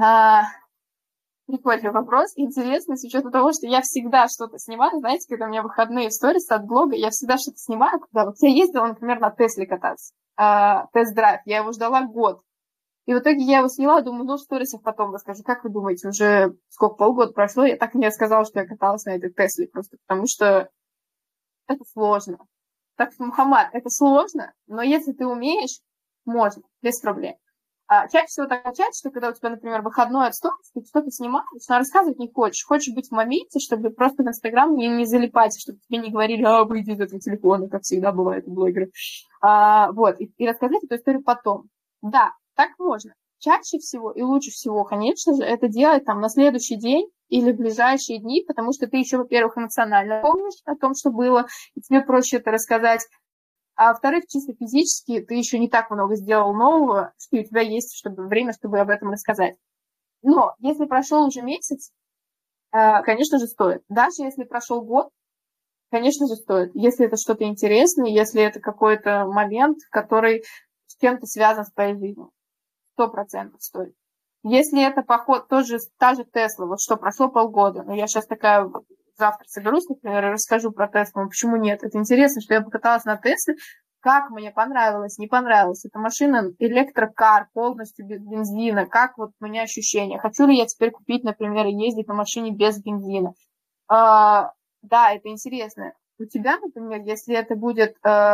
Прикольный вопрос. Интересно, с учетом того, что я всегда что-то снимаю. Знаете, когда у меня выходные сторис от блога, я всегда что-то снимаю. Когда вот я ездила, например, на Тесле кататься. Тест-драйв. Я его ждала год. И в итоге я его сняла, думаю, ну, в сторисах потом расскажу. Как вы думаете, уже сколько, полгода прошло, я так и не рассказала, что я каталась на этой Тесле. Просто потому что это сложно. Так что, Мухаммад, это сложно, но если ты умеешь, можно, без проблем. Чаще всего так получается, что когда у тебя, например, выходной от сторис, ты что-то снимаешь, но рассказывать не хочешь. Хочешь быть в моменте, чтобы просто в Инстаграм не залипать, чтобы тебе не говорили, выйди из этого телефона, как всегда бывает у блогеров. Вот, и рассказать эту историю потом. Да, так можно. Чаще всего и лучше всего, конечно же, это делать там на следующий день или в ближайшие дни, потому что ты еще, во-первых, эмоционально помнишь о том, что было, и тебе проще это рассказать. А во-вторых, чисто физически ты еще не так много сделал нового, что у тебя есть время, чтобы об этом рассказать. Но если прошел уже месяц, конечно же, стоит. Даже если прошел год, конечно же, стоит. Если это что-то интересное, если это какой-то момент, который с кем-то связан с твоей жизнью. 100% стоит. Если это поход, та же Тесла, вот что, прошло полгода, но я сейчас такая, завтра соберусь, например, и расскажу про Теслу, почему нет. Это интересно, что я покаталась на Тесле, как мне понравилось, не понравилось. Это машина электрокар, полностью без бензина, как вот у меня ощущения. Хочу ли я теперь купить, например, и ездить на машине без бензина? Да, это интересно. У тебя, например, если это будет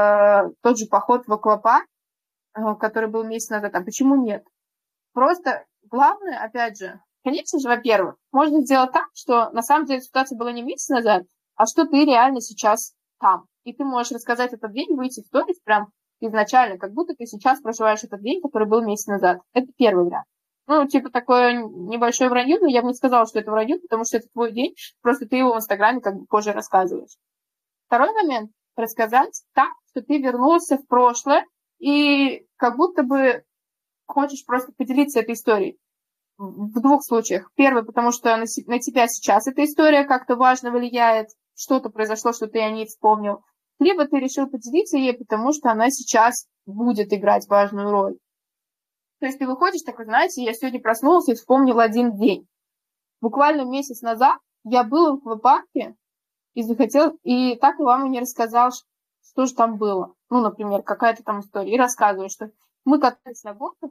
тот же поход в аквапарк, который был месяц назад, а почему нет? Просто главное, опять же, конечно же, во-первых, можно сделать так, что на самом деле ситуация была не месяц назад, а что ты реально сейчас там. И ты можешь рассказать этот день, выйти в сторис прям изначально, как будто ты сейчас проживаешь этот день, который был месяц назад. Это первый вариант. Ну, типа такое небольшое вранье, но я бы не сказала, что это вранье, потому что это твой день, просто ты его в Инстаграме как бы позже рассказываешь. Второй момент – рассказать так, что ты вернулся в прошлое и как будто бы хочешь просто поделиться этой историей. В двух случаях. Первый, потому что на тебя сейчас эта история как-то важно влияет, что-то произошло, что ты о ней вспомнил. Либо ты решил поделиться ей, потому что она сейчас будет играть важную роль. То есть ты выходишь такой, знаете, я сегодня проснулся и вспомнил один день. Буквально месяц назад я был в аквапарке и захотел, и так и вам и не рассказал, что же там было. Ну, например, какая-то там история. И рассказываю, что мы катались на горках,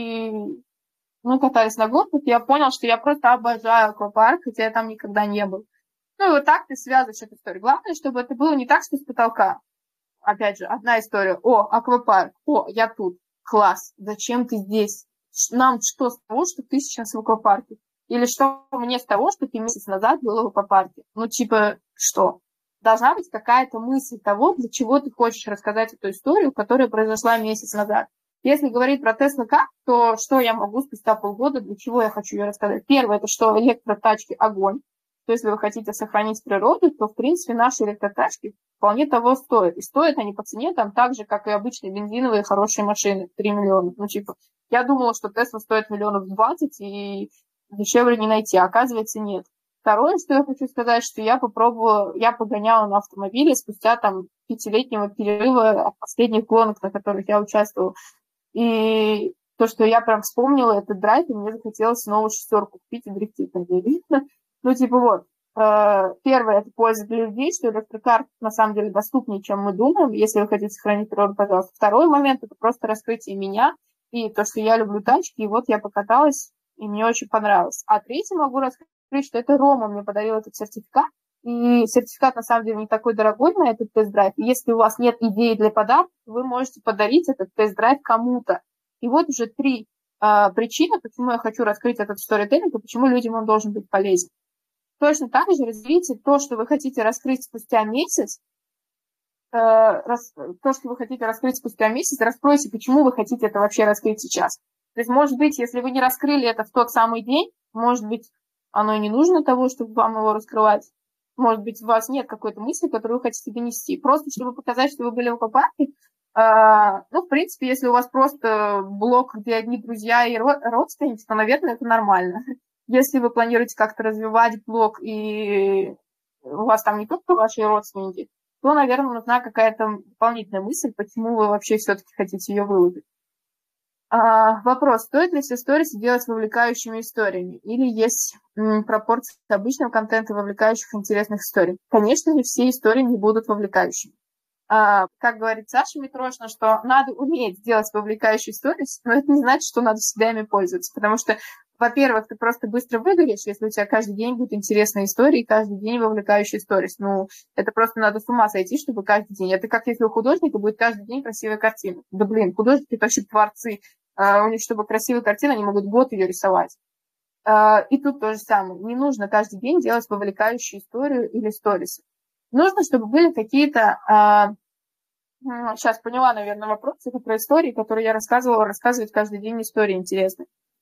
я понял, что я просто обожаю аквапарк, хотя я там никогда не был. Ну, и вот так ты связываешь эту историю. Главное, чтобы это было не так, что с потолка. Опять же, одна история. О, аквапарк. О, я тут. Класс. Зачем ты здесь? Нам что с того, что ты сейчас в аквапарке? Или что мне с того, что ты месяц назад была в аквапарке? Ну, типа, что? Должна быть какая-то мысль того, для чего ты хочешь рассказать эту историю, которая произошла месяц назад. Если говорить про Tesla Car, то что я могу спустя полгода, для чего я хочу ее рассказать? Первое, это что электротачки огонь. То есть, если вы хотите сохранить природу, то, в принципе, наши электротачки вполне того стоят. И стоят они по цене там так же, как и обычные бензиновые хорошие машины, 3 миллиона. Ну, типа, я думала, что Tesla стоит 20 миллионов, и дешевле не найти, а оказывается, нет. Второе, что я хочу сказать, что я погоняла на автомобиле спустя там 5-летнего перерыва от последних гонок, на которых я участвовала. И то, что я прям вспомнила этот драйв, и мне захотелось снова шестерку купить и дрифтить. Ну, типа вот. Первое, это польза для людей, что электрокар на самом деле доступнее, чем мы думаем. Если вы хотите сохранить природу, пожалуйста. Второй момент, это просто раскрытие меня и то, что я люблю тачки. И вот я покаталась, и мне очень понравилось. А третий могу раскрыть, что это Рома мне подарил этот сертификат. И сертификат, на самом деле, не такой дорогой на этот тест-драйв. И если у вас нет идеи для подарка, вы можете подарить этот тест-драйв кому-то. И вот уже 3 причины, почему я хочу раскрыть этот сторителлинг и почему людям он должен быть полезен. Точно так же развейте то, что вы хотите раскрыть спустя месяц, то, что вы хотите раскрыть спустя месяц, раскройте, почему вы хотите это вообще раскрыть сейчас. То есть, может быть, если вы не раскрыли это в тот самый день, может быть, оно и не нужно того, чтобы вам его раскрывать. Может быть, у вас нет какой-то мысли, которую вы хотите донести. Просто, чтобы показать, что вы были в оккупации. В принципе, если у вас просто блог, где одни друзья и родственники, то, наверное, это нормально. Если вы планируете как-то развивать блог, и у вас там не только ваши родственники, то, наверное, нужна какая-то дополнительная мысль, почему вы вообще все-таки хотите ее выложить. Вопрос, стоит ли все сторисы делать вовлекающими историями? Или есть пропорция обычного контента вовлекающих интересных историй? Конечно же, все истории не будут вовлекающими. Как говорит Саша Митрошина, что надо уметь делать вовлекающие сторис, но это не значит, что надо всегда ими пользоваться, потому что, во-первых, ты просто быстро выгоришь, если у тебя каждый день будут интересные истории, каждый день вовлекающие сторис. Это просто надо с ума сойти, чтобы каждый день. Это как если у художника будет каждый день красивая картина. Да блин, художники это вообще творцы. У них, чтобы красивая картина, они могут год ее рисовать. И тут то же самое. Не нужно каждый день делать вовлекающую историю или сторисы. Нужно, чтобы были какие-то... Сейчас поняла, наверное, вопрос. Это про истории, которые я рассказывать каждый день истории интересные.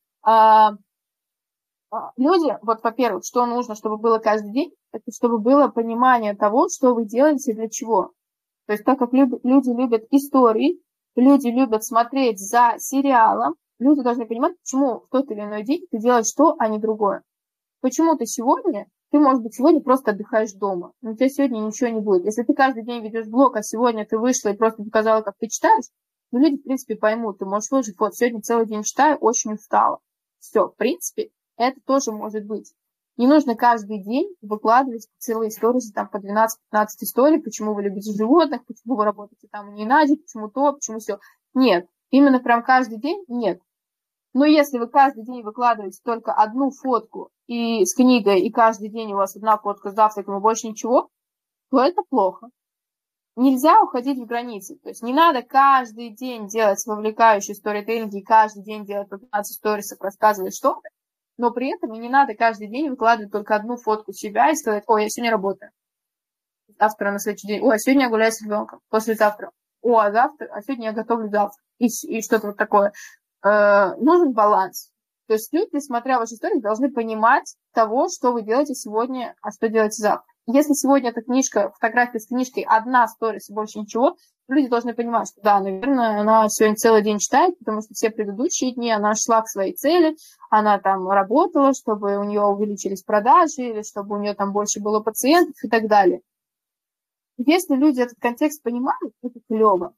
Люди, во-первых, что нужно, чтобы было каждый день, это чтобы было понимание того, что вы делаете и для чего. То есть так как люди любят истории, люди любят смотреть за сериалом, люди должны понимать, почему в тот или иной день ты делаешь то, а не другое. Почему ты, может быть, сегодня просто отдыхаешь дома, но у тебя сегодня ничего не будет. Если ты каждый день ведешь блог, а сегодня ты вышла и просто показала, как ты читаешь, люди, в принципе, поймут. Ты можешь выложить, сегодня целый день читаю, очень устала. Все, в принципе, это тоже может быть. Не нужно каждый день выкладывать целые истории, там по 12-15 историй, почему вы любите животных, почему вы работаете там не иначе, почему то, почему все. Нет, именно прям каждый день нет. Но если вы каждый день выкладываете только одну фотку и с книгой, и каждый день у вас одна фотка с завтраком и больше ничего, то это плохо. Нельзя уходить в границы. То есть не надо каждый день делать вовлекающие сторителлинги и каждый день делать по 15 сторисов, рассказывать что-то, но при этом и не надо каждый день выкладывать только одну фотку себя и сказать, я сегодня работаю. Завтра на следующий день, а сегодня я гуляю с ребенком. Послезавтра, а сегодня я готовлю завтрак. И что-то вот такое. Нужен баланс. То есть люди, смотря ваши истории, должны понимать того, что вы делаете сегодня, а что делаете завтра. Если сегодня эта книжка, фотография с книжкой, одна сторис и больше ничего, люди должны понимать, что да, наверное, она сегодня целый день читает, потому что все предыдущие дни она шла к своей цели, она там работала, чтобы у нее увеличились продажи, или чтобы у нее там больше было пациентов и так далее. Если люди этот контекст понимают, это клево.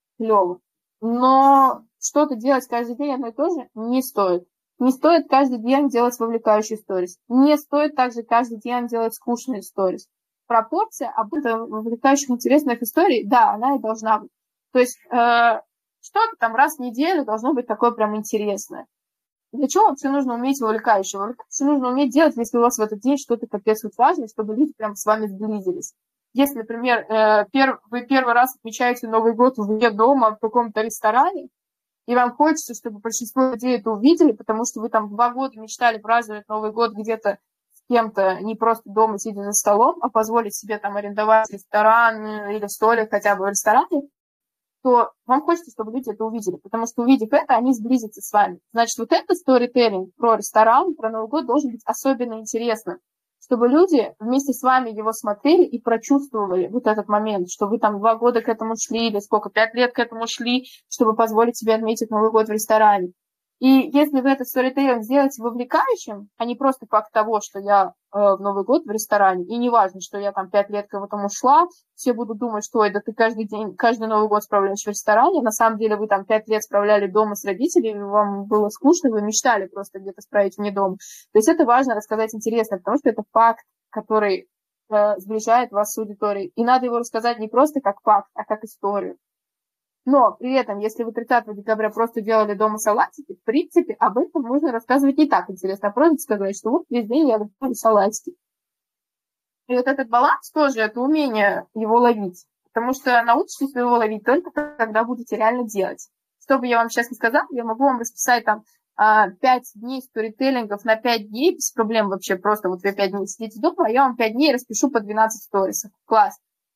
Но что-то делать каждый день одно и то же не стоит. Не стоит каждый день делать вовлекающие сторис. Не стоит также каждый день делать скучные сторис. Пропорция вовлекающих интересных историй, да, она и должна быть. То есть что-то там раз в неделю должно быть такое прям интересное. Для чего вообще нужно уметь вовлекающее? Вовлекающее нужно уметь делать, если у вас в этот день что-то капец важное, чтобы люди прям с вами сблизились. Если, например, вы первый раз отмечаете Новый год вне дома в каком-то ресторане, и вам хочется, чтобы большинство людей это увидели, потому что вы там 2 года мечтали праздновать Новый год где-то с кем-то, не просто дома сидя за столом, а позволить себе там арендовать ресторан или столик хотя бы в ресторане, то вам хочется, чтобы люди это увидели, потому что, увидев это, они сблизятся с вами. Значит, вот этот сторителлинг про ресторан, про Новый год должен быть особенно интересным, чтобы люди вместе с вами его смотрели и прочувствовали вот этот момент, что вы там 2 года к этому шли, или 5 лет к этому шли, чтобы позволить себе отметить Новый год в ресторане. И если вы этот сторителлинг сделаете вовлекающим, а не просто факт того, что я в Новый год в ресторане, и не важно, что я там 5 лет к этому шла, все будут думать, что да ты каждый Новый год справляешь в ресторане, на самом деле вы там 5 лет справляли дома с родителями, вам было скучно, вы мечтали просто где-то справить вне дома. То есть это важно рассказать интересно, потому что это факт, который сближает вас с аудиторией. И надо его рассказать не просто как факт, а как историю. Но при этом, если вы 30 декабря просто делали дома салатики, в принципе, об этом можно рассказывать не так интересно, а просто сказать, что вот весь день я готовлю салатики. И вот этот баланс тоже, это умение его ловить. Потому что научитесь вы его ловить только когда будете реально делать. Что бы я вам сейчас не сказала, я могу вам расписать там 5 дней сторителлингов на 5 дней без проблем вообще. Просто вот вы 5 дней сидите дома, а я вам 5 дней распишу по 12 сторисов. Класс.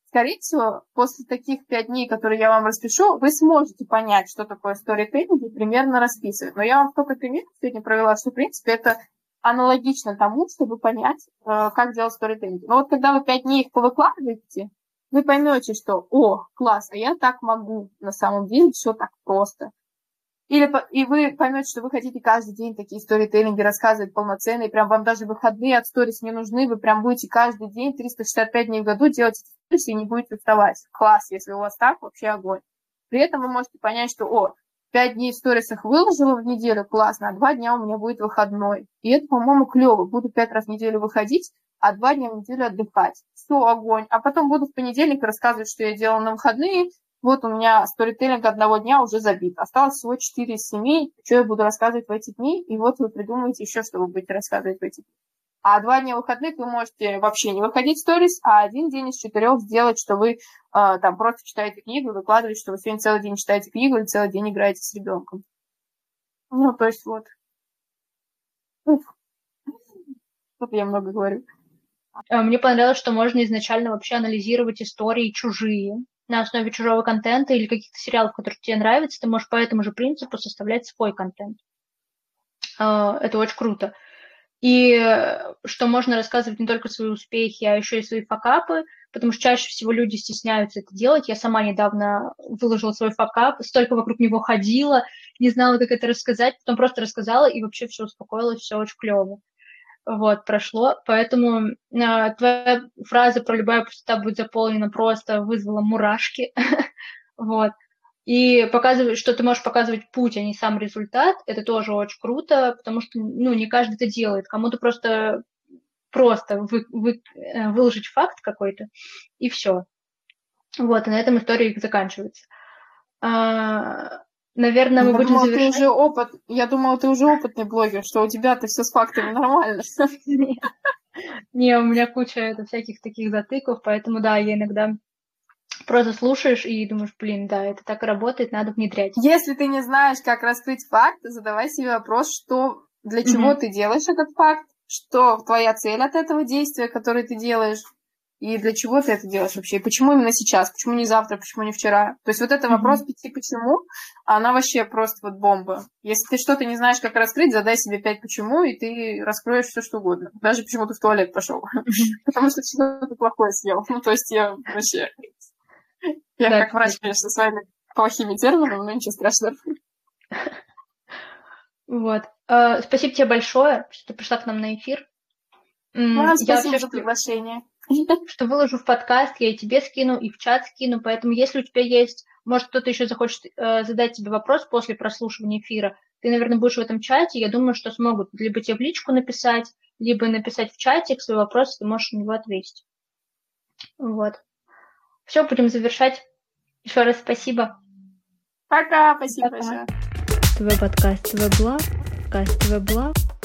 скорее всего, после таких 5 дней, которые я вам распишу, вы сможете понять, что такое сторителлинг и примерно расписывать. Но я вам столько примеров сегодня провела, что, в принципе, это аналогично тому, чтобы понять, как делать сторителлинг. Но вот когда вы 5 дней их повыкладываете, вы поймете, что, класс, а я так могу, на самом деле все так просто. И вы поймете, что вы хотите каждый день такие сторителлинги рассказывать полноценные, прям вам даже выходные от сторис не нужны, вы прям будете каждый день, 365 дней в году делать эти сторис и не будете уставать. Класс, если у вас так, вообще огонь. При этом вы можете понять, что, 5 дней в сторисах выложила в неделю, классно, а 2 дня у меня будет выходной. И это, по-моему, клево. Буду 5 раз в неделю выходить, а 2 дня в неделю отдыхать. Все, огонь. А потом буду в понедельник рассказывать, что я делала на выходные. Вот у меня сторителлинг одного дня уже забит. Осталось всего 4 из 7, что я буду рассказывать в эти дни. И вот вы придумаете еще, что вы будете рассказывать в эти дни. А 2 дня выходных вы можете вообще не выходить в сторис, а 1 день из 4 сделать, что вы там просто читаете книгу, выкладываете, что вы сегодня целый день читаете книгу или целый день играете с ребенком. Ну, то есть вот. Тут я много говорю. Мне понравилось, что можно изначально вообще анализировать истории чужие на основе чужого контента или каких-то сериалов, которые тебе нравятся. Ты можешь по этому же принципу составлять свой контент. Это очень круто. И что можно рассказывать не только свои успехи, а еще и свои факапы, потому что чаще всего люди стесняются это делать. Я сама недавно выложила свой факап, столько вокруг него ходила, не знала, как это рассказать, потом просто рассказала, и вообще все успокоилось, все очень клево. Вот, прошло. Поэтому твоя фраза про «любая пустота будет заполнена» просто вызвала мурашки. Вот. И показывать, что ты можешь показывать путь, а не сам результат, это тоже очень круто, потому что, не каждый это делает. Кому-то просто выложить факт какой-то, и все. Вот, и на этом история заканчивается. Наверное, мы будем завершать. Я думала, ты уже опытный блогер, что у тебя-то все с фактами нормально. Не, у меня куча всяких таких затыков, поэтому, да, я иногда просто слушаешь и думаешь, да, это так и работает, надо внедрять. Если ты не знаешь, как раскрыть факт, задавай себе вопрос, для чего ты делаешь этот факт, что твоя цель от этого действия, которое ты делаешь, и для чего ты это делаешь вообще, и почему именно сейчас, почему не завтра, почему не вчера. То есть вот это вопрос 5 почему, она вообще просто вот бомба. Если ты что-то не знаешь, как раскрыть, задай себе 5 почему, и ты раскроешь все, что угодно. Даже почему ты в туалет пошел. Потому что что-то плохое съел. То есть я вообще... Я как врач, конечно, с вами плохими терминами, но ничего страшного. Вот. Спасибо тебе большое, что ты пришла к нам на эфир. Спасибо за приглашение. Что выложу в подкаст, я и тебе скину, и в чат скину. Поэтому, если у тебя есть, может, кто-то еще захочет задать тебе вопрос после прослушивания эфира, ты, наверное, будешь в этом чате. Я думаю, что смогут либо тебе в личку написать, либо написать в чатик свой вопрос, ты можешь на него ответить. Вот. Все, будем завершать. Еще раз спасибо. Пока, спасибо большое. ТВ подкаст ТВ Блав, подкаст ТВ Блав.